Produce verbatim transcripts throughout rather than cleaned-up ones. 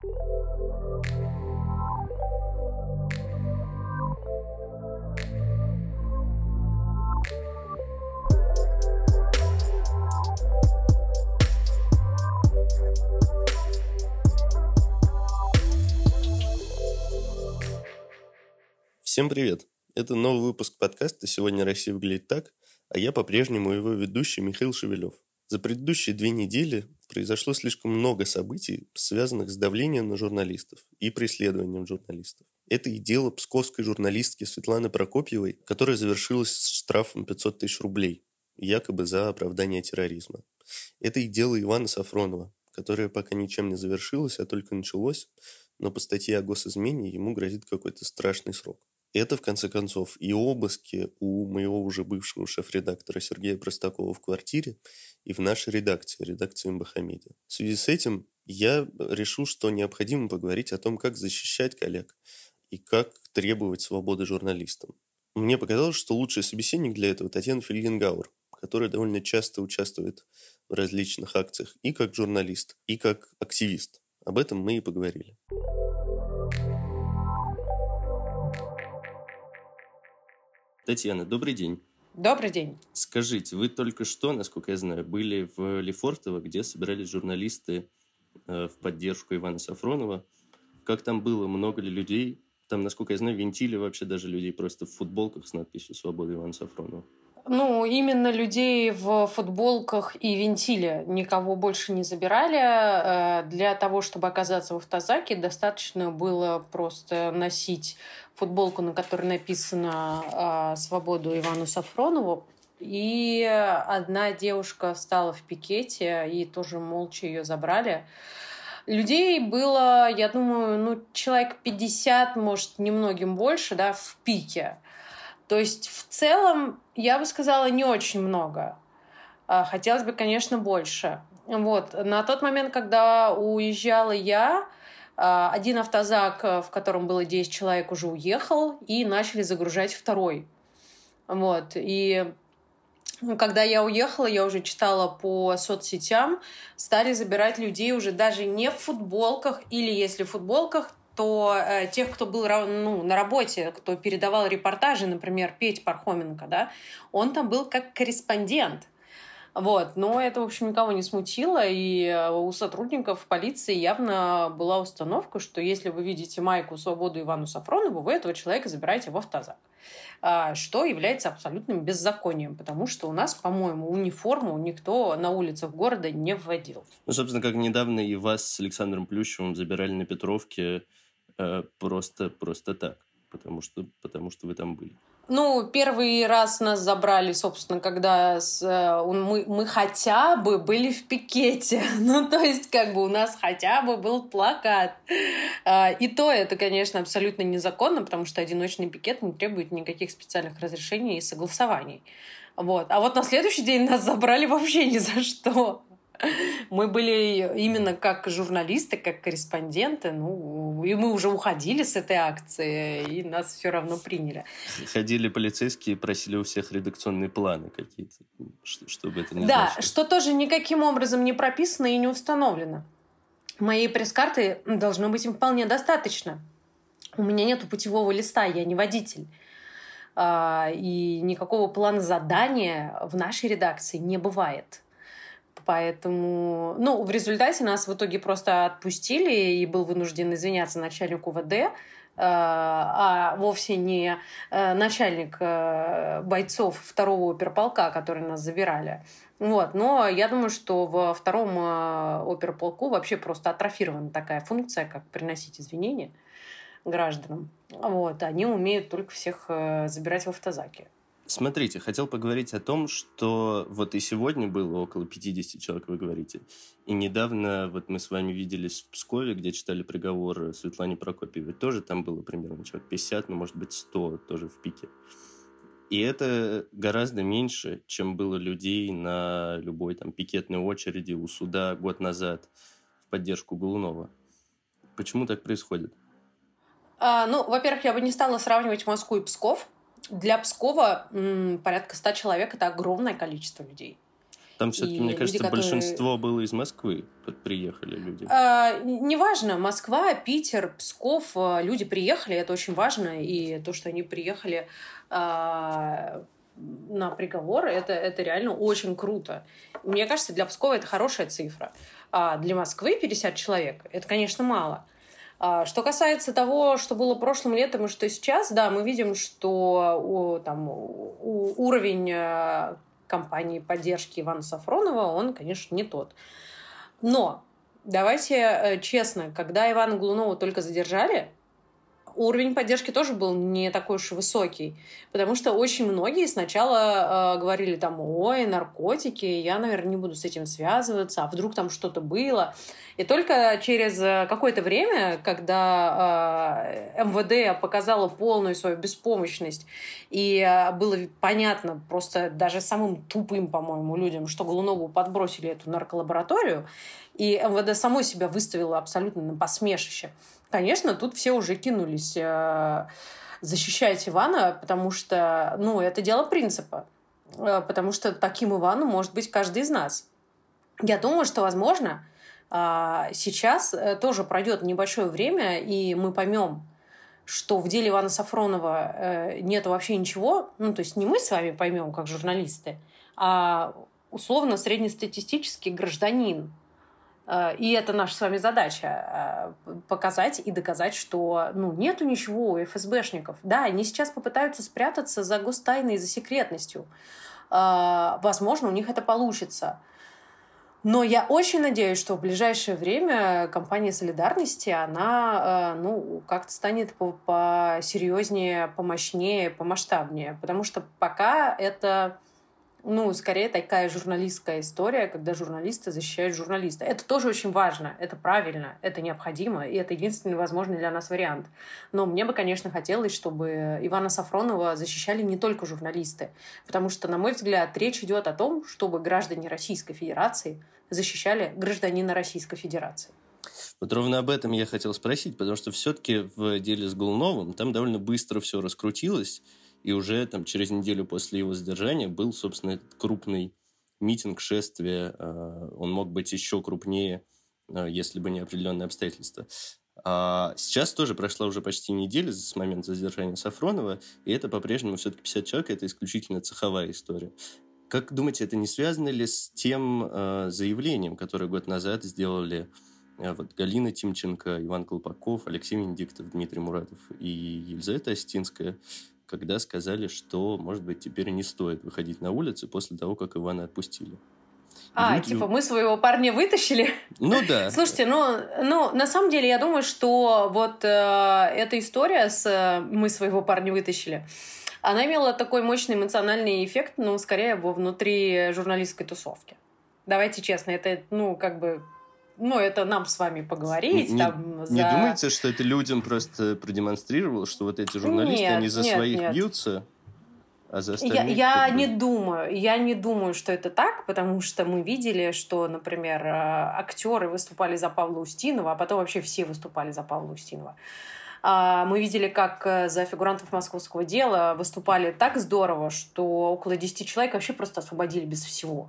Всем привет! Это новый выпуск подкаста «Сегодня Россия выглядит так», а я по-прежнему его ведущий Михаил Шевелев. За предыдущие две недели произошло слишком много событий, связанных с давлением на журналистов и преследованием журналистов. Это и дело псковской журналистки Светланы Прокопьевой, которое завершилось штрафом пятьсот тысяч рублей, якобы за оправдание терроризма. Это и дело Ивана Сафронова, которое пока ничем не завершилось, а только началось, но по статье о госизмене ему грозит какой-то страшный срок. Это, в конце концов, и обыски у моего уже бывшего шеф-редактора Сергея Простакова в квартире и в нашей редакции, редакции Мбахамедиа. В связи с этим я решил, что необходимо поговорить о том, как защищать коллег и как требовать свободы журналистам. Мне показалось, что лучший собеседник для этого Татьяна Фельгенгауэр, которая довольно часто участвует в различных акциях и как журналист, и как активист. Об этом мы и поговорили. Татьяна, добрый день. Добрый день. Скажите, вы только что, насколько я знаю, были в Лефортово, где собирались журналисты э, в поддержку Ивана Сафронова. Как там было? Много ли людей? Там, насколько я знаю, винтили вообще даже людей просто в футболках с надписью «Свобода Ивана Сафронова». Ну, именно людей в футболках и винтили. Никого больше не забирали. Для того, чтобы оказаться в автозаке, достаточно было просто носить футболку, на которой написано «Свободу Ивану Сафронову». И одна девушка встала в пикете, и тоже молча ее забрали. Людей было, я думаю, ну, человек пятьдесят, может, немногим больше, да, в пике. То есть в целом, я бы сказала, не очень много. Хотелось бы, конечно, больше. Вот. На тот момент, когда уезжала я, один автозак, в котором было десять человек, уже уехал, и начали загружать второй. Вот. И когда я уехала, я уже читала по соцсетям, стали забирать людей уже даже не в футболках, или если в футболках, то э, тех, кто был ну, на работе, кто передавал репортажи, например, Петь Пархоменко, да, он там был как корреспондент. Вот. Но это, в общем, никого не смутило, и у сотрудников полиции явно была установка, что если вы видите майку «Свободу Ивану Сафронову», вы этого человека забираете в автозак. Что является абсолютным беззаконием, потому что у нас, по-моему, униформу никто на улицах города не вводил. Ну, собственно, как недавно и вас с Александром Плющевым забирали на Петровке э, просто, просто так, потому что, потому что вы там были. Ну, первый раз нас забрали, собственно, когда с, мы, мы хотя бы были в пикете. Ну, то есть, как бы у нас хотя бы был плакат. И то это, конечно, абсолютно незаконно, потому что одиночный пикет не требует никаких специальных разрешений и согласований. Вот. А вот на следующий день нас забрали вообще ни за что. Мы были именно как журналисты, как корреспонденты, ну, и мы уже уходили с этой акции, и нас все равно приняли. Ходили полицейские и просили у всех редакционные планы какие-то, чтобы это не Да, значило. Что тоже никаким образом не прописано и не установлено. Моей пресс-карты должно быть им вполне достаточно. У меня нету путевого листа, я не водитель. И никакого плана задания в нашей редакции не бывает. Поэтому, ну, в результате нас в итоге просто отпустили, и был вынужден извиняться начальник УВД, а вовсе не начальник бойцов второго оперполка, которые нас забирали. Вот. Но я думаю, что во втором оперполку вообще просто атрофирована такая функция, как приносить извинения гражданам. Вот. Они умеют только всех забирать в автозаке. Смотрите, хотел поговорить о том, что вот и сегодня было около пятьдесят человек, вы говорите. И недавно вот мы с вами виделись в Пскове, где читали приговор Светлане Прокопьевой. Тоже там было примерно человек пятьдесят, ну, может быть, сто тоже в пике. И это гораздо меньше, чем было людей на любой там пикетной очереди у суда год назад в поддержку Голунова. Почему так происходит? А, ну, во-первых, я бы не стала сравнивать Москву и Псков. Для Пскова м, порядка ста человек – это огромное количество людей. Там все-таки, И мне люди, кажется, которые... большинство было из Москвы, приехали люди. А, неважно, Москва, Питер, Псков, люди приехали, это очень важно, и то, что они приехали а, на приговор, это, это реально очень круто. Мне кажется, для Пскова это хорошая цифра. А для Москвы пятьдесят человек, это, конечно, мало. А, что касается того, что было прошлым летом и что сейчас, да, мы видим, что у, там, у, уровень компании поддержки Ивана Сафронова, он, конечно, не тот. Но давайте честно, когда Ивана Голунова только задержали, уровень поддержки тоже был не такой уж высокий, потому что очень многие сначала э, говорили там, ой, наркотики, я, наверное, не буду с этим связываться, а вдруг там что-то было. И только через какое-то время, когда э, эм вэ дэ показало полную свою беспомощность, и э, было понятно просто даже самым тупым, по-моему, людям, что Голунову подбросили эту нарколабораторию, и эм вэ дэ само себя выставило абсолютно на посмешище, конечно, тут все уже кинулись э, защищать Ивана, потому что, ну, это дело принципа. Э, потому что таким Иваном может быть каждый из нас. Я думаю, что, возможно, э, сейчас э, тоже пройдет небольшое время, и мы поймем, что в деле Ивана Сафронова э, нет вообще ничего. Ну, то есть не мы с вами поймем, как журналисты, а условно среднестатистический гражданин. И это наша с вами задача — показать и доказать, что ну, нету ничего у эф эс бэшников. Да, они сейчас попытаются спрятаться за гостайной и за секретностью. Возможно, у них это получится. Но я очень надеюсь, что в ближайшее время компания солидарности, она ну, как-то станет посерьезнее, помощнее, помасштабнее. Потому что пока это... Ну, скорее, такая журналистская история, когда журналисты защищают журналиста. Это тоже очень важно, это правильно, это необходимо, и это единственный возможный для нас вариант. Но мне бы, конечно, хотелось, чтобы Ивана Сафронова защищали не только журналисты, потому что, на мой взгляд, речь идет о том, чтобы граждане Российской Федерации защищали гражданина Российской Федерации. Вот ровно об этом я хотел спросить, потому что все-таки в деле с Голуновым там довольно быстро все раскрутилось, и уже там, через неделю после его задержания был, собственно, этот крупный митинг, шествие. Он мог быть еще крупнее, если бы не определенные обстоятельства. А сейчас тоже прошла уже почти неделя с момента задержания Сафронова, и это по-прежнему все-таки пятьдесят человек, это исключительно цеховая история. Как думаете, это не связано ли с тем э, заявлением, которое год назад сделали э, вот, Галина Тимченко, Иван Колпаков, Алексей Венедиктов, Дмитрий Муратов и Елизавета Остинская, когда сказали, что, может быть, теперь не стоит выходить на улицы после того, как Ивана отпустили? А, люди... типа мы своего парня вытащили? Ну да. Слушайте, ну, ну на самом деле я думаю, что вот э, эта история с э, «мы своего парня вытащили», она имела такой мощный эмоциональный эффект, ну, скорее, во внутри журналистской тусовки. Давайте честно, это, ну, как бы... Ну, это нам с вами поговорить. Не, там, за... не думаете, что это людям просто продемонстрировало, что вот эти журналисты, нет, они за нет, своих нет. бьются, а за остальных... Я, я как бы... не думаю, я не думаю, что это так, потому что мы видели, что, например, актеры выступали за Павла Устинова, а потом вообще все выступали за Павла Устинова. Мы видели, как за фигурантов московского дела выступали так здорово, что около десяти человек вообще просто освободили без всего.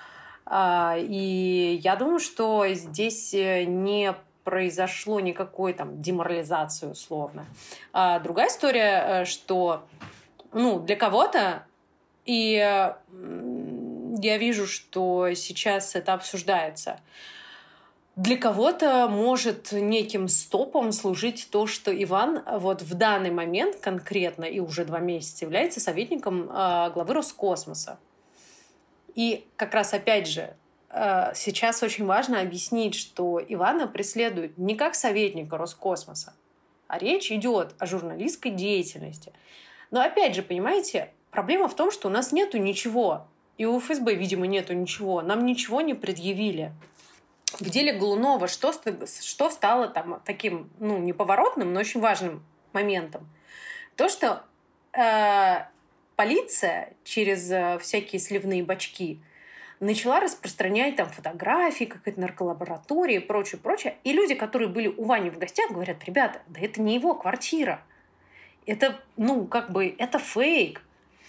И я думаю, что здесь не произошло никакой там деморализации условно. А другая история, что ну, для кого-то, и я вижу, что сейчас это обсуждается, для кого-то может неким стопом служить то, что Иван вот в данный момент конкретно и уже два месяца является советником главы Роскосмоса. И как раз опять же, сейчас очень важно объяснить, что Ивана преследуют не как советника Роскосмоса, а речь идет о журналистской деятельности. Но опять же, понимаете, проблема в том, что у нас нету ничего. И у эф эс бэ, видимо, нету ничего. Нам ничего не предъявили. В деле Голунова что, что стало там таким, ну, неповоротным, но очень важным моментом? То, что э, полиция через э, всякие сливные бачки начала распространять там фотографии, какая-то нарколаборатория и прочее, прочее. И люди, которые были у Вани в гостях, говорят: ребята, да это не его квартира. Это, ну, как бы, это фейк.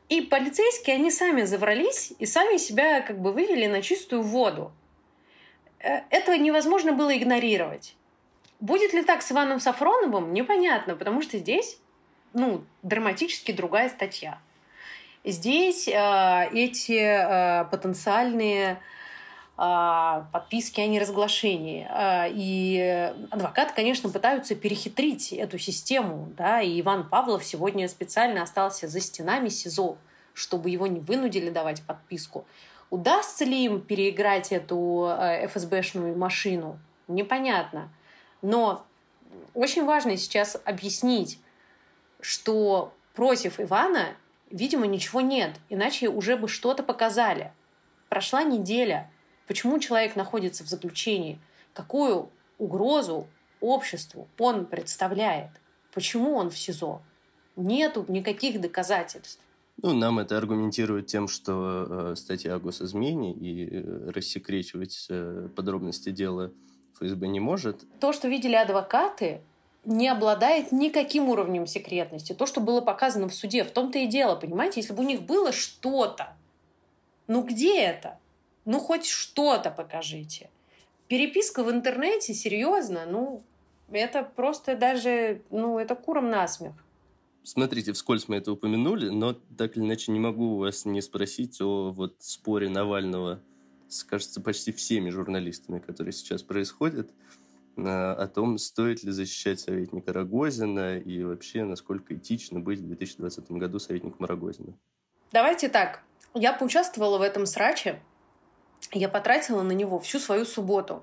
И полицейские, они сами заврались и сами себя как бы вывели на чистую воду. Этого невозможно было игнорировать. Будет ли так с Иваном Сафроновым, непонятно, потому что здесь, ну, драматически другая статья. Здесь э, эти э, потенциальные э, подписки о неразглашении. Э, и адвокаты, конечно, пытаются перехитрить эту систему. Да? И Иван Павлов сегодня специально остался за стенами СИЗО, чтобы его не вынудили давать подписку. Удастся ли им переиграть эту э, эф эс бэшную машину? Непонятно. Но очень важно сейчас объяснить, что против Ивана, видимо, ничего нет, иначе уже бы что-то показали. Прошла неделя. Почему человек находится в заключении? Какую угрозу обществу он представляет? Почему он в СИЗО? Нету никаких доказательств. Ну, нам это аргументирует тем, что э, статья о госизмене и э, рассекречивать э, подробности дела эф эс бэ не может. То, что видели адвокаты, не обладает никаким уровнем секретности. То, что было показано в суде, в том-то и дело, понимаете? Если бы у них было что-то, ну где это? Ну хоть что-то покажите. Переписка в интернете, серьезно, ну это просто даже, ну это курам насмех. Смотрите, вскользь мы это упомянули, но так или иначе не могу вас не спросить о вот споре Навального с, кажется, почти всеми журналистами, которые сейчас происходят, о том, стоит ли защищать советника Рогозина и вообще, насколько этично быть в две тысячи двадцатом году советником Рогозина. Давайте так. Я поучаствовала в этом сраче, я потратила на него всю свою субботу.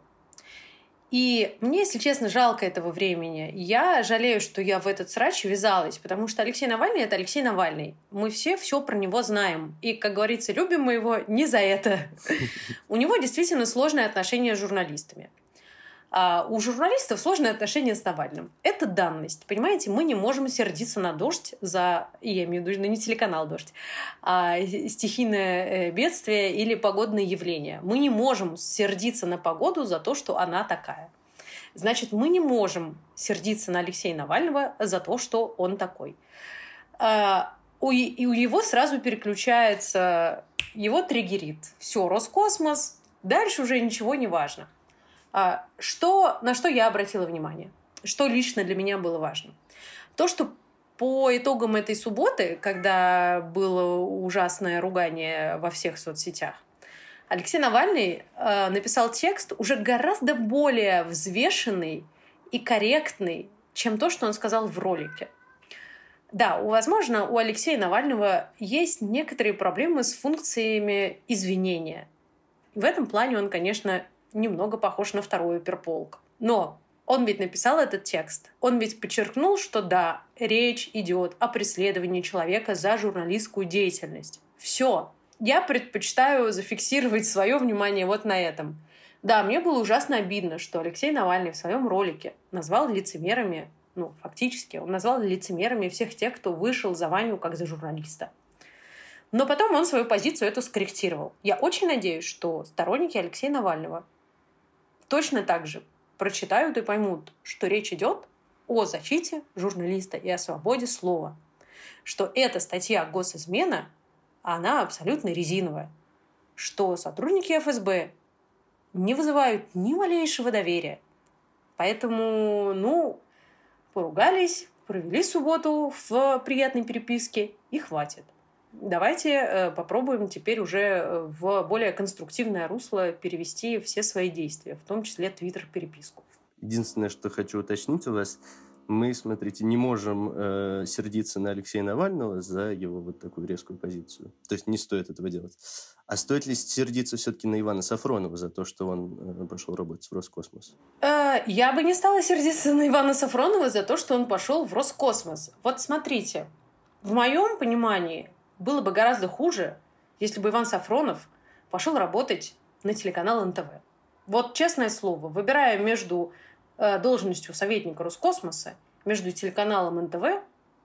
И мне, если честно, жалко этого времени. Я жалею, что я в этот срач ввязалась, потому что Алексей Навальный — это Алексей Навальный. Мы все все про него знаем. И, как говорится, любим мы его не за это. У него действительно сложные отношения с журналистами. А у журналистов сложные отношения с Навальным. Это данность. Понимаете, мы не можем сердиться на «Дождь» за, я имею в виду, не телеканал «Дождь», а стихийное бедствие или погодные явления. Мы не можем сердиться на погоду за то, что она такая. Значит, мы не можем сердиться на Алексея Навального за то, что он такой. И у него сразу переключается, его триггерит. Все, Роскосмос, дальше уже ничего не важно. Что, на что я обратила внимание? Что лично для меня было важно? То, что по итогам этой субботы, когда было ужасное ругание во всех соцсетях, Алексей Навальный э, написал текст уже гораздо более взвешенный и корректный, чем то, что он сказал в ролике. Да, возможно, у Алексея Навального есть некоторые проблемы с функциями извинения. В этом плане он, конечно, немного похож на второй оперполк. Но он ведь написал этот текст. Он ведь подчеркнул, что да, речь идет о преследовании человека за журналистскую деятельность. Все. Я предпочитаю зафиксировать свое внимание вот на этом. Да, мне было ужасно обидно, что Алексей Навальный в своем ролике назвал лицемерами, ну, фактически, он назвал лицемерами всех тех, кто вышел за Ваню как за журналиста. Но потом он свою позицию эту скорректировал. Я очень надеюсь, что сторонники Алексея Навального точно так же прочитают и поймут, что речь идет о защите журналиста и о свободе слова. Что эта статья «Госизмена», она абсолютно резиновая. Что сотрудники эф эс бэ не вызывают ни малейшего доверия. Поэтому, ну, поругались, провели субботу в приятной переписке и хватит. Давайте э, попробуем теперь уже в более конструктивное русло перевести все свои действия, в том числе твиттер-переписку. Единственное, что хочу уточнить у вас, мы, смотрите, не можем э, сердиться на Алексея Навального за его вот такую резкую позицию. То есть не стоит этого делать. А стоит ли сердиться все-таки на Ивана Сафронова за то, что он э, пошел работать в Роскосмос? Э, я бы не стала сердиться на Ивана Сафронова за то, что он пошел в Роскосмос. Вот смотрите, в моем понимании было бы гораздо хуже, если бы Иван Сафронов пошел работать на телеканал эн тэ вэ. Вот честное слово, выбирая между э, должностью советника Роскосмоса, между телеканалом эн тэ вэ,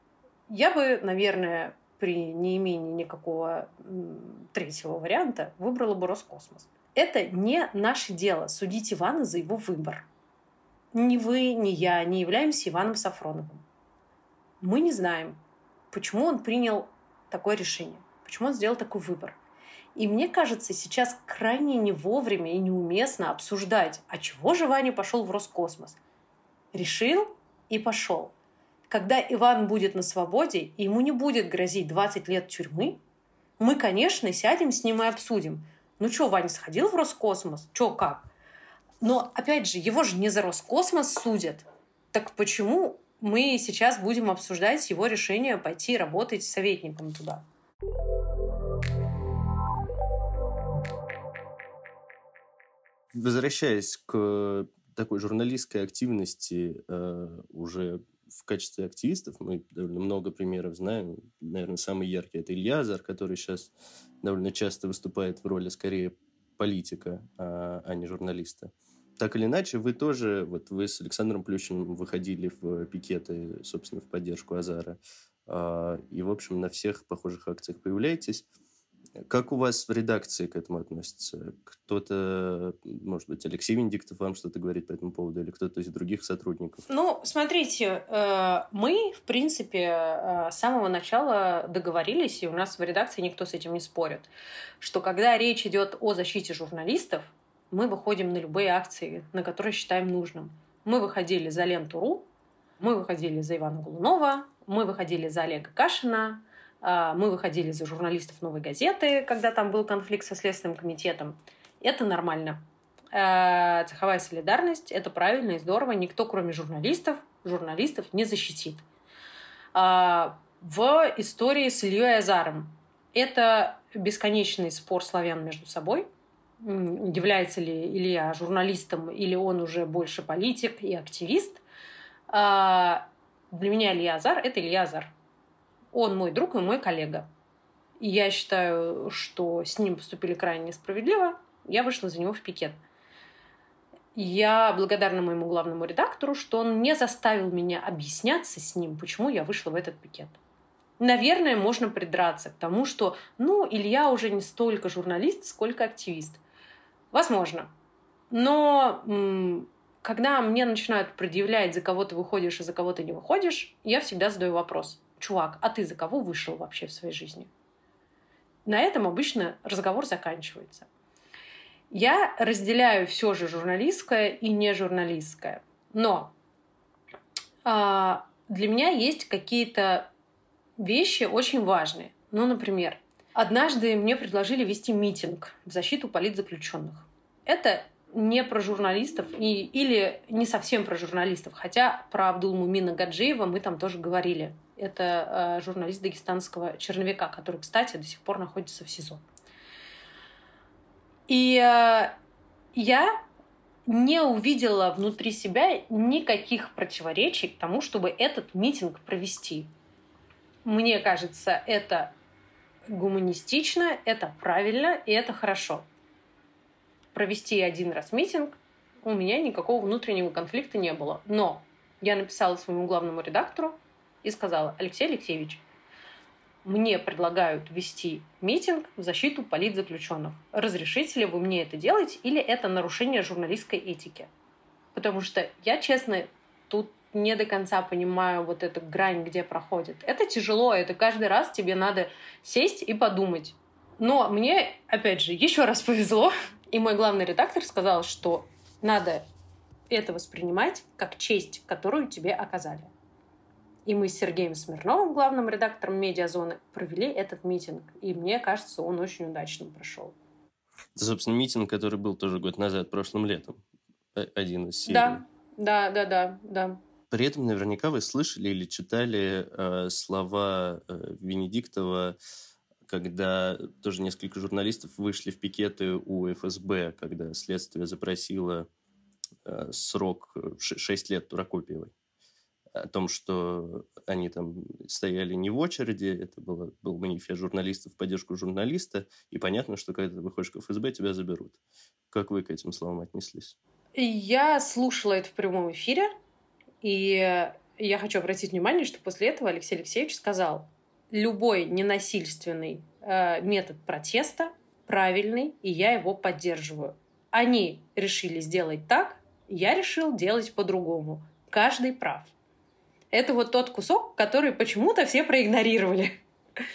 я бы, наверное, при неимении никакого м, третьего варианта выбрала бы Роскосмос. Это не наше дело судить Ивана за его выбор. Ни вы, ни я не являемся Иваном Сафроновым. Мы не знаем, почему он принял такое решение. Почему он сделал такой выбор? И мне кажется, сейчас крайне не вовремя и неуместно обсуждать, а чего же Ваня пошел в Роскосмос. Решил и пошел. Когда Иван будет на свободе, и ему не будет грозить двадцать лет тюрьмы, мы, конечно, сядем с ним и обсудим. Ну что, Ваня сходил в Роскосмос? Что, как? Но, опять же, его же не за Роскосмос судят. Так почему мы сейчас будем обсуждать его решение пойти работать советником туда? Возвращаясь к такой журналистской активности э, уже в качестве активистов, мы довольно много примеров знаем. Наверное, самый яркий – это Илья Азар, который сейчас довольно часто выступает в роли скорее политика, а, а не журналиста. Так или иначе, вы тоже, вот вы с Александром Плющиным выходили в пикеты, собственно, в поддержку Азара. А, и, в общем, на всех похожих акциях появляетесь. Как у вас в редакции к этому относится? Кто-то, может быть, Алексей Венедиктов вам что-то говорит по этому поводу, или кто-то из других сотрудников? Ну, смотрите, мы, в принципе, с самого начала договорились, и у нас в редакции никто с этим не спорит, что когда речь идет о защите журналистов, мы выходим на любые акции, на которые считаем нужным. Мы выходили за Ленту.ру, мы выходили за Ивана Голунова, мы выходили за Олега Кашина, мы выходили за журналистов «Новой газеты», когда там был конфликт со Следственным комитетом. Это нормально. Цеховая солидарность – это правильно и здорово. Никто, кроме журналистов, журналистов не защитит. В истории с Ильей Азаром это бесконечный спор славян между собой. Является ли Илья журналистом, или он уже больше политик и активист. Для меня Илья Азар – это Илья Азар. Он мой друг и мой коллега. И я считаю, что с ним поступили крайне несправедливо. Я вышла за него в пикет. Я благодарна моему главному редактору, что он не заставил меня объясняться с ним, почему я вышла в этот пикет. Наверное, можно придраться к тому, что, ну, Илья уже не столько журналист, сколько активист. Возможно. Но м- когда мне начинают предъявлять, за кого ты выходишь и за кого ты не выходишь, я всегда задаю вопрос. Чувак, а ты за кого вышел вообще в своей жизни? На этом обычно разговор заканчивается. Я разделяю все же журналистское и нежурналистское. Но а, для меня есть какие-то вещи очень важные. Ну, например, однажды мне предложили вести митинг в защиту политзаключенных. Это не про журналистов и, или не совсем про журналистов, хотя про Абдулмумина Гаджиева мы там тоже говорили. Это э, журналист дагестанского черновика, который, кстати, до сих пор находится в СИЗО. И э, я не увидела внутри себя никаких противоречий к тому, чтобы этот митинг провести. Мне кажется, это гуманистично, это правильно и это хорошо. Провести один раз митинг, у меня никакого внутреннего конфликта не было. Но я написала своему главному редактору и сказала: Алексей Алексеевич, мне предлагают вести митинг в защиту политзаключенных. Разрешите ли вы мне это делать, или это нарушение журналистской этики? Потому что я, честно, тут не до конца понимаю вот эту грань, где проходит. Это тяжело, это каждый раз тебе надо сесть и подумать. Но мне, опять же, еще раз повезло, и мой главный редактор сказал, что надо это воспринимать как честь, которую тебе оказали. И мы с Сергеем Смирновым, главным редактором «Медиазоны», провели этот митинг. И мне кажется, он очень удачно прошел. Это, собственно, митинг, который был тоже год назад, прошлым летом. Один из серий. Да, да, да, да, да. При этом наверняка вы слышали или читали э, слова э, Венедиктова, когда тоже несколько журналистов вышли в пикеты у эф эс бэ, когда следствие запросило э, срок шесть лет Туракопиевой. О том, что они там стояли не в очереди, это было, был манифест журналистов в поддержку журналиста, и понятно, что когда ты выходишь к эф эс бэ, тебя заберут. Как вы к этим словам отнеслись? Я слушала это в прямом эфире, и я хочу обратить внимание, что после этого Алексей Алексеевич сказал: любой ненасильственный э, метод протеста правильный, и я его поддерживаю. Они решили сделать так, я решил делать по-другому. Каждый прав. Это вот тот кусок, который почему-то все проигнорировали.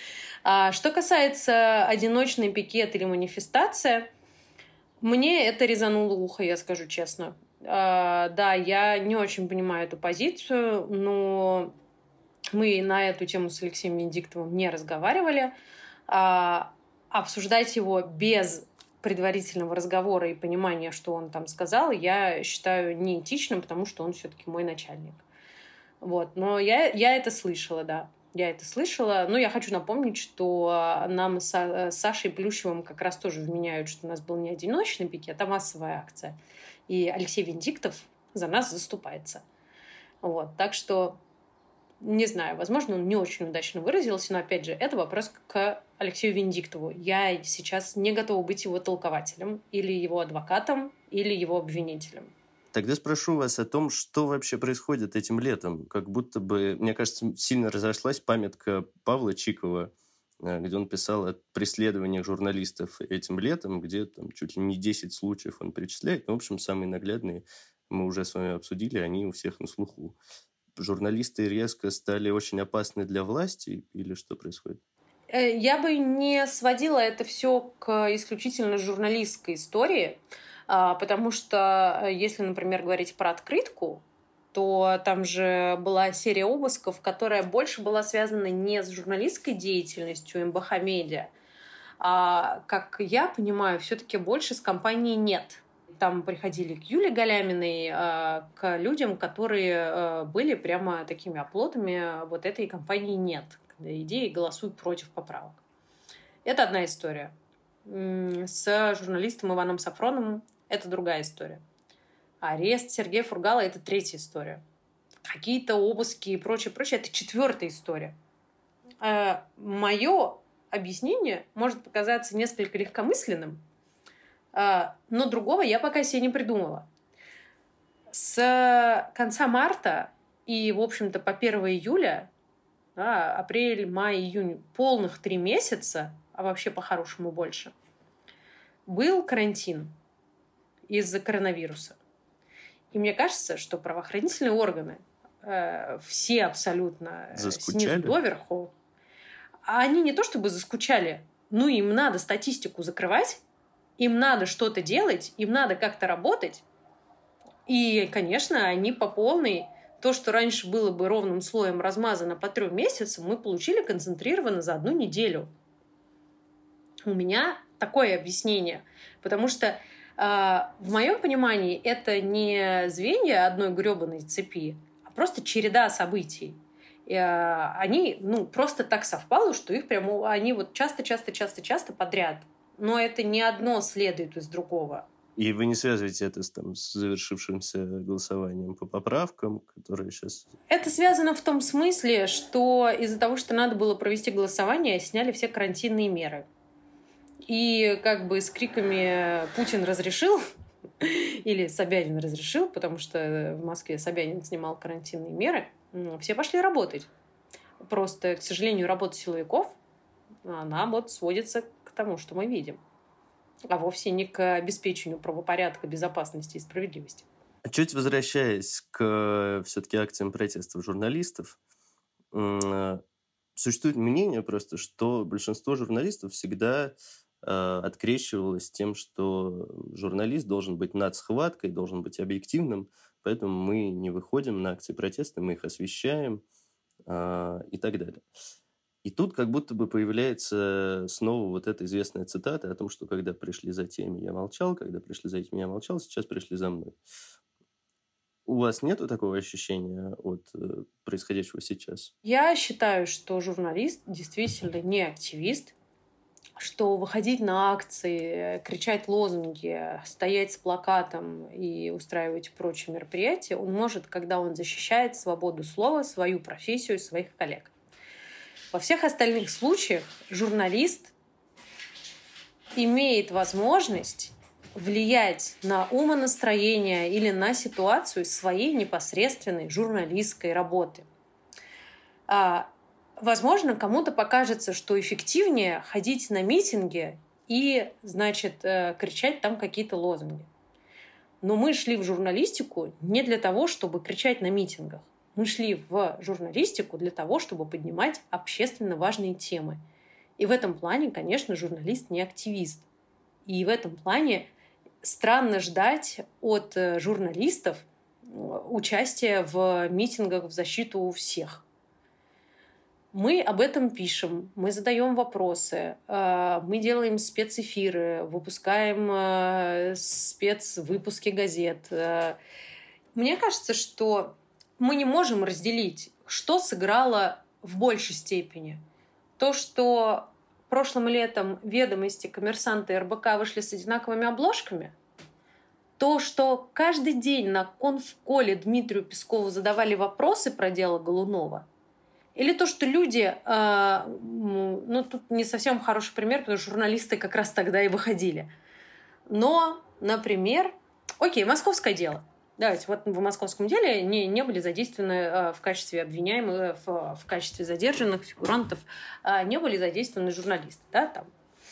А что касается одиночный пикет или манифестация, мне это резануло ухо, я скажу честно. А, да, я не очень понимаю эту позицию, но мы на эту тему с Алексеем Венедиктовым не разговаривали. А, обсуждать его без предварительного разговора и понимания, что он там сказал, я считаю неэтичным, потому что он все-таки мой начальник. Вот. Но я, я это слышала, да. Я это слышала. Но я хочу напомнить, что нам с Сашей Плющевым как раз тоже вменяют, что у нас был не одиночный пикет, а массовая акция. И Алексей Венедиктов за нас заступается. Вот. Так что, не знаю, возможно, он не очень удачно выразился, но, опять же, это вопрос к Алексею Венедиктову. Я сейчас не готова быть его толкователем, или его адвокатом, или его обвинителем. Тогда спрошу вас о том, что вообще происходит этим летом. Как будто бы, мне кажется, сильно разошлась памятка Павла Чикова, где он писал о преследованиях журналистов этим летом, где там чуть ли не десять случаев он перечисляет. Ну, в общем, самые наглядные мы уже с вами обсудили, они у всех на слуху. Журналисты резко стали очень опасны для власти или что происходит? Я бы не сводила это все к исключительно журналистской истории, потому что если, например, говорить про открытку, то там же была серия обысков, которая больше была связана не с журналистской деятельностью эм бэ ха Медиа, а, как я понимаю, все-таки больше с компанией «Нет». Там приходили к Юлии Галяминой, к людям, которые были прямо такими оплотами вот этой компании «Нет», идеи «Голосуй против поправок». Это одна история. С журналистом Иваном Сафроновым это другая история. Арест Сергея Фургала – это третья история. Какие-то обыски и прочее, прочее – это четвертая история. Мое объяснение может показаться несколько легкомысленным, но другого я пока себе не придумала. С конца марта и, в общем-то, по первого июля, да, апрель, май, июнь, полных три месяца, а вообще по-хорошему больше, был карантин из-за коронавируса. И мне кажется, что правоохранительные органы, э, все абсолютно заскучали? Снизу доверху, они не то чтобы заскучали, но им надо статистику закрывать, им надо что-то делать, им надо как-то работать. И, конечно, они по полной, то, что раньше было бы ровным слоем размазано по трем месяцам, мы получили концентрированно за одну неделю. У меня такое объяснение, потому что э, в моем понимании это не звенья одной гребаной цепи, а просто череда событий. И, э, они, ну, просто так совпало, что их прямо, они вот часто-часто-часто-часто подряд. Но это не одно следует из другого. И вы не связываете это с, там, с завершившимся голосованием по поправкам, которые сейчас... Это связано в том смысле, что из-за того, что надо было провести голосование, сняли все карантинные меры. И как бы с криками «Путин разрешил» или «Собянин разрешил», потому что в Москве Собянин снимал карантинные меры, все пошли работать. Просто, к сожалению, работа силовиков, она вот сводится к тому, что мы видим, а вовсе не к обеспечению правопорядка, безопасности и справедливости. Чуть возвращаясь к все-таки акциям протестов журналистов, существует мнение просто, что большинство журналистов всегда открещивалось тем, что журналист должен быть над схваткой, должен быть объективным, поэтому мы не выходим на акции протеста, мы их освещаем и так далее. И тут как будто бы появляется снова вот эта известная цитата о том, что когда пришли за теми, я молчал, когда пришли за этими, я молчал, сейчас пришли за мной. У вас нету такого ощущения от э, происходящего сейчас? Я считаю, что журналист действительно не активист, что выходить на акции, кричать лозунги, стоять с плакатом и устраивать прочие мероприятия он может, когда он защищает свободу слова, свою профессию и своих коллег. Во всех остальных случаях журналист имеет возможность влиять на умонастроение или на ситуацию своей непосредственной журналистской работы. А, возможно, кому-то покажется, что эффективнее ходить на митинги и, значит, кричать там какие-то лозунги. Но мы шли в журналистику не для того, чтобы кричать на митингах. Мы шли в журналистику для того, чтобы поднимать общественно важные темы. И в этом плане, конечно, журналист не активист. И в этом плане странно ждать от журналистов участия в митингах в защиту всех. Мы об этом пишем, мы задаем вопросы, мы делаем спецэфиры, выпускаем спецвыпуски газет. Мне кажется, что мы не можем разделить, что сыграло в большей степени. То, что прошлым летом «Ведомости», «Коммерсант» и эр бэ ка вышли с одинаковыми обложками, то, что каждый день на конфколе Дмитрию Пескову задавали вопросы про дело Голунова, или то, что люди, э, ну, тут не совсем хороший пример, потому что журналисты как раз тогда и выходили. Но, например, окей, московское дело. Давайте, вот в московском деле не, не были задействованы э, в качестве обвиняемых, в, в качестве задержанных фигурантов, э, не были задействованы журналисты. Да, там.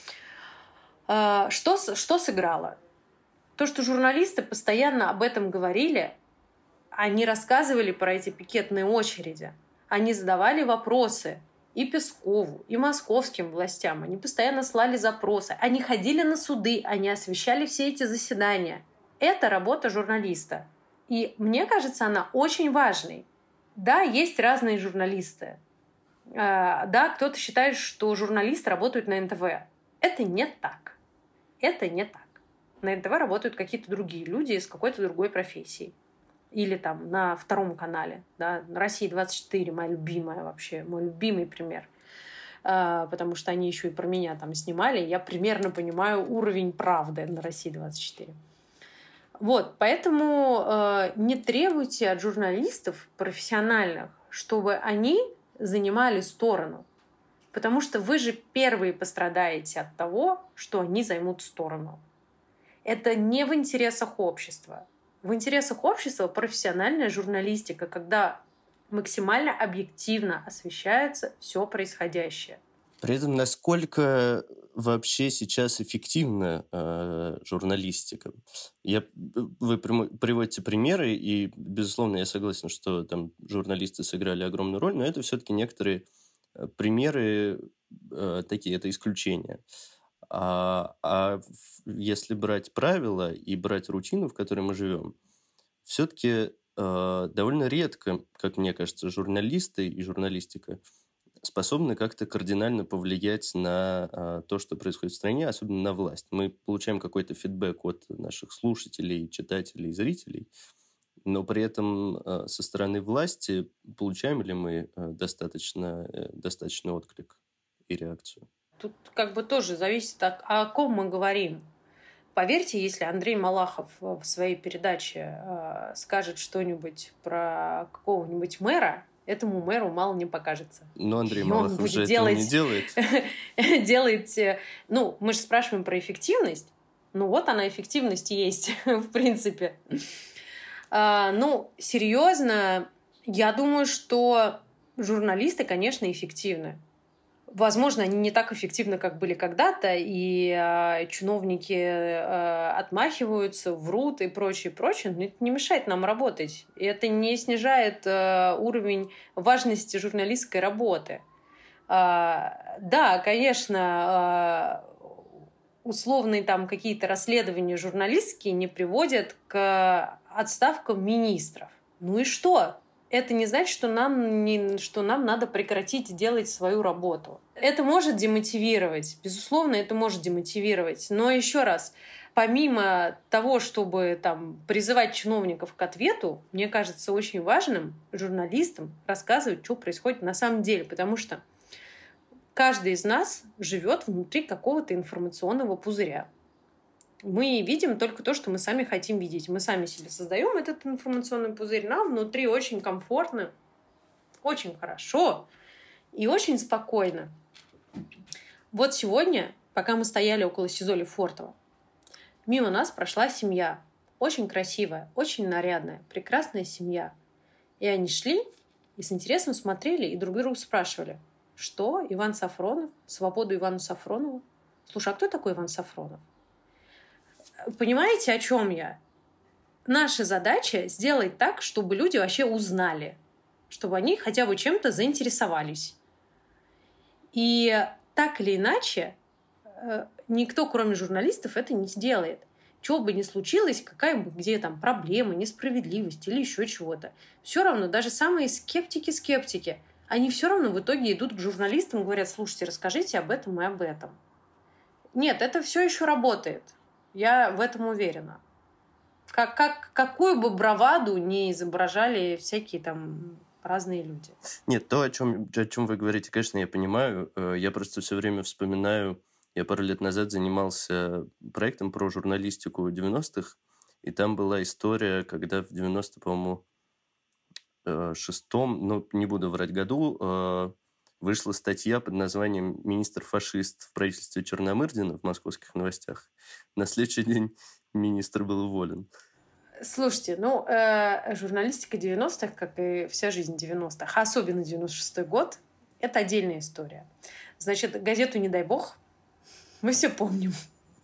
Э, что, что сыграло? То, что журналисты постоянно об этом говорили, они рассказывали про эти пикетные очереди, они задавали вопросы и Пескову, и московским властям. Они постоянно слали запросы. Они ходили на суды, они освещали все эти заседания. Это работа журналиста. И мне кажется, она очень важной. Да, есть разные журналисты. Да, кто-то считает, что журналисты работают на эн тэ вэ. Это не так. Это не так. На эн тэ вэ работают какие-то другие люди из какой-то другой профессии. Или там на втором канале, да, Россия двадцать четыре, моя любимая вообще, мой любимый пример. А, потому что они еще и про меня там снимали. Я примерно понимаю уровень правды на России двадцать четыре. Вот, поэтому э, не требуйте от журналистов профессиональных, чтобы они занимали сторону. Потому что вы же первые пострадаете от того, что они займут сторону. Это не в интересах общества. В интересах общества профессиональная журналистика, когда максимально объективно освещается все происходящее. При этом насколько вообще сейчас эффективна э, журналистика? Я, вы приводите примеры, и, безусловно, я согласен, что там журналисты сыграли огромную роль, но это все-таки некоторые примеры э, такие, это исключения. А, а если брать правила и брать рутину, в которой мы живем, все-таки э, довольно редко, как мне кажется, журналисты и журналистика способны как-то кардинально повлиять на э, то, что происходит в стране, особенно на власть. Мы получаем какой-то фидбэк от наших слушателей, читателей, зрителей, но при этом э, со стороны власти получаем ли мы э, достаточно, э, достаточный отклик и реакцию? Тут как бы тоже зависит, от, о ком мы говорим. Поверьте, если Андрей Малахов в своей передаче э, скажет что-нибудь про какого-нибудь мэра, этому мэру мало не покажется. Но Андрей Малахов же этого не делает. Делает... Ну, мы же спрашиваем про эффективность. Ну, вот она, эффективность есть, в принципе. А, ну, серьезно, я думаю, что журналисты, конечно, эффективны. Возможно, они не так эффективны, как были когда-то, и э, чиновники э, отмахиваются, врут и прочее, прочее, но это не мешает нам работать. И это не снижает э, уровень важности журналистской работы. Э, да, конечно, э, условные там какие-то расследования журналистские не приводят к отставкам министров. Ну и что? Это не значит, что нам, не, что нам надо прекратить делать свою работу. Это может демотивировать. Безусловно, это может демотивировать. Но еще раз, помимо того, чтобы там, призывать чиновников к ответу, мне кажется очень важным журналистам рассказывать, что происходит на самом деле. Потому что каждый из нас живет внутри какого-то информационного пузыря. Мы видим только то, что мы сами хотим видеть. Мы сами себе создаем этот информационный пузырь. Нам внутри очень комфортно, очень хорошо и очень спокойно. Вот сегодня, пока мы стояли около СИЗО Лефортово, мимо нас прошла семья. Очень красивая, очень нарядная, прекрасная семья. И они шли и с интересом смотрели и друг друга спрашивали, что Иван Сафронов, свободу Ивану Сафронову. Слушай, а кто такой Иван Сафронов? Понимаете, о чем я? Наша задача сделать так, чтобы люди вообще узнали, чтобы они хотя бы чем-то заинтересовались. И так или иначе, никто, кроме журналистов, это не сделает. Чего бы ни случилось, какая бы где там проблема, несправедливость или еще чего-то. Все равно даже самые скептики-скептики, они все равно в итоге идут к журналистам и говорят: слушайте, расскажите об этом и об этом. Нет, это все еще работает. Я в этом уверена. Как, как, какую бы браваду не изображали всякие там разные люди. Нет, то, о чем, о чем вы говорите, конечно, я понимаю. Я просто все время вспоминаю. Я пару лет назад занимался проектом про журналистику девяностых, и там была история, когда в девяносто, по-моему, шестом, ну, не буду врать году, вышла статья под названием «Министр-фашист в правительстве Черномырдина» в «Московских новостях». На следующий день министр был уволен. Слушайте, ну, э, журналистика девяностых, как и вся жизнь девяностых, особенно девяносто шестой год, это отдельная история. Значит, газету «Не дай бог» мы все помним.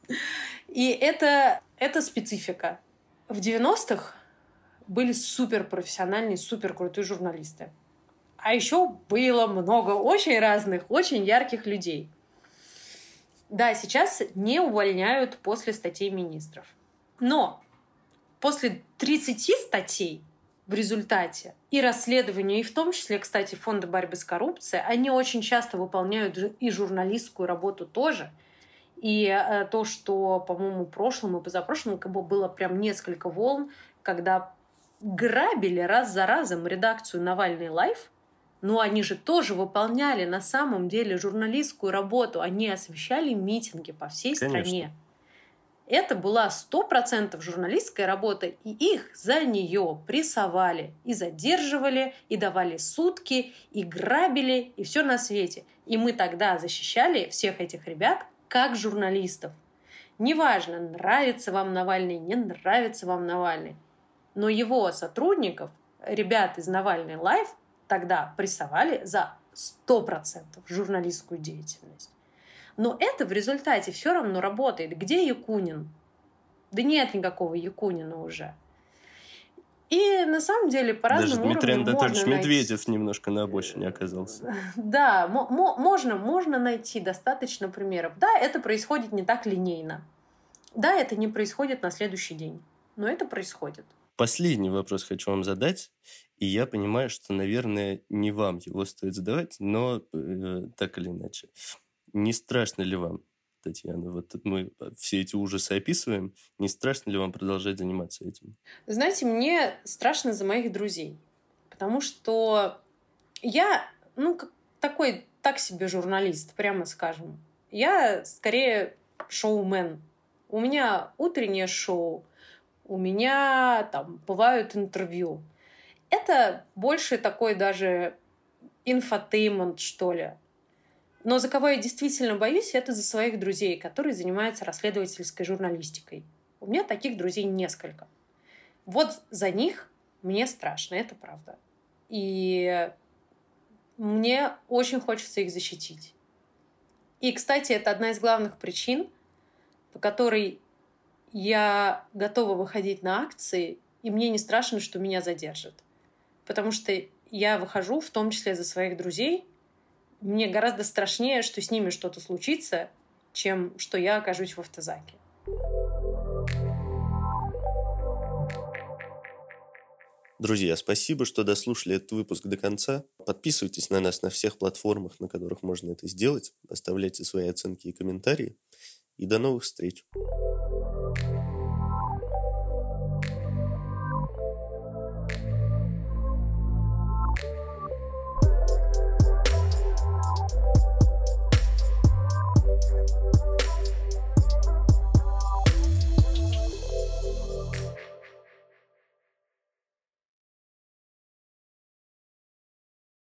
И это, это специфика. В девяностых были суперпрофессиональные, суперкрутые журналисты. А еще было много очень разных, очень ярких людей. Да, сейчас не увольняют после статей министров. Но после тридцати статей в результате и расследования, и в том числе, кстати, Фонда борьбы с коррупцией, они очень часто выполняют и журналистскую работу тоже. И э, то, что, по-моему, в прошлом и позапрошлом как бы было прям несколько волн, когда грабили раз за разом редакцию «Навальный лайв», но они же тоже выполняли на самом деле журналистскую работу. Они освещали митинги по всей Конечно. стране. Это была сто процентов журналистская работа, и их за нее прессовали, и задерживали, и давали сутки, и грабили, и все на свете. И мы тогда защищали всех этих ребят как журналистов. Неважно, нравится вам Навальный, не нравится вам Навальный. Но его сотрудников, ребят из «Навальный лайв», тогда прессовали за сто процентов журналистскую деятельность. Но это в результате все равно работает. Где Якунин? Да нет никакого Якунина уже. И на самом деле по Даже разному Дмитрий уровню Анатольевич можно Медведев найти... немножко на обочине оказался. Да, м- м- можно, можно найти достаточно примеров. Да, это происходит не так линейно. Да, это не происходит на следующий день. Но это происходит. Последний вопрос хочу вам задать. И я понимаю, что, наверное, не вам его стоит задавать, но э, так или иначе. Не страшно ли вам, Татьяна, вот мы все эти ужасы описываем, не страшно ли вам продолжать заниматься этим? Знаете, мне страшно за моих друзей, потому что я, ну, как такой, так себе журналист, прямо скажем. Я скорее шоумен. У меня утреннее шоу, у меня там бывают интервью. Это больше такой даже инфотеймент, что ли. Но за кого я действительно боюсь, это за своих друзей, которые занимаются расследовательской журналистикой. У меня таких друзей несколько. Вот за них мне страшно, это правда. И мне очень хочется их защитить. И, кстати, это одна из главных причин, по которой я готова выходить на акции, и мне не страшно, что меня задержат. Потому что я выхожу, в том числе за своих друзей. Мне гораздо страшнее, что с ними что-то случится, чем что я окажусь в автозаке. Друзья, спасибо, что дослушали этот выпуск до конца. Подписывайтесь на нас на всех платформах, на которых можно это сделать. Оставляйте свои оценки и комментарии. И до новых встреч!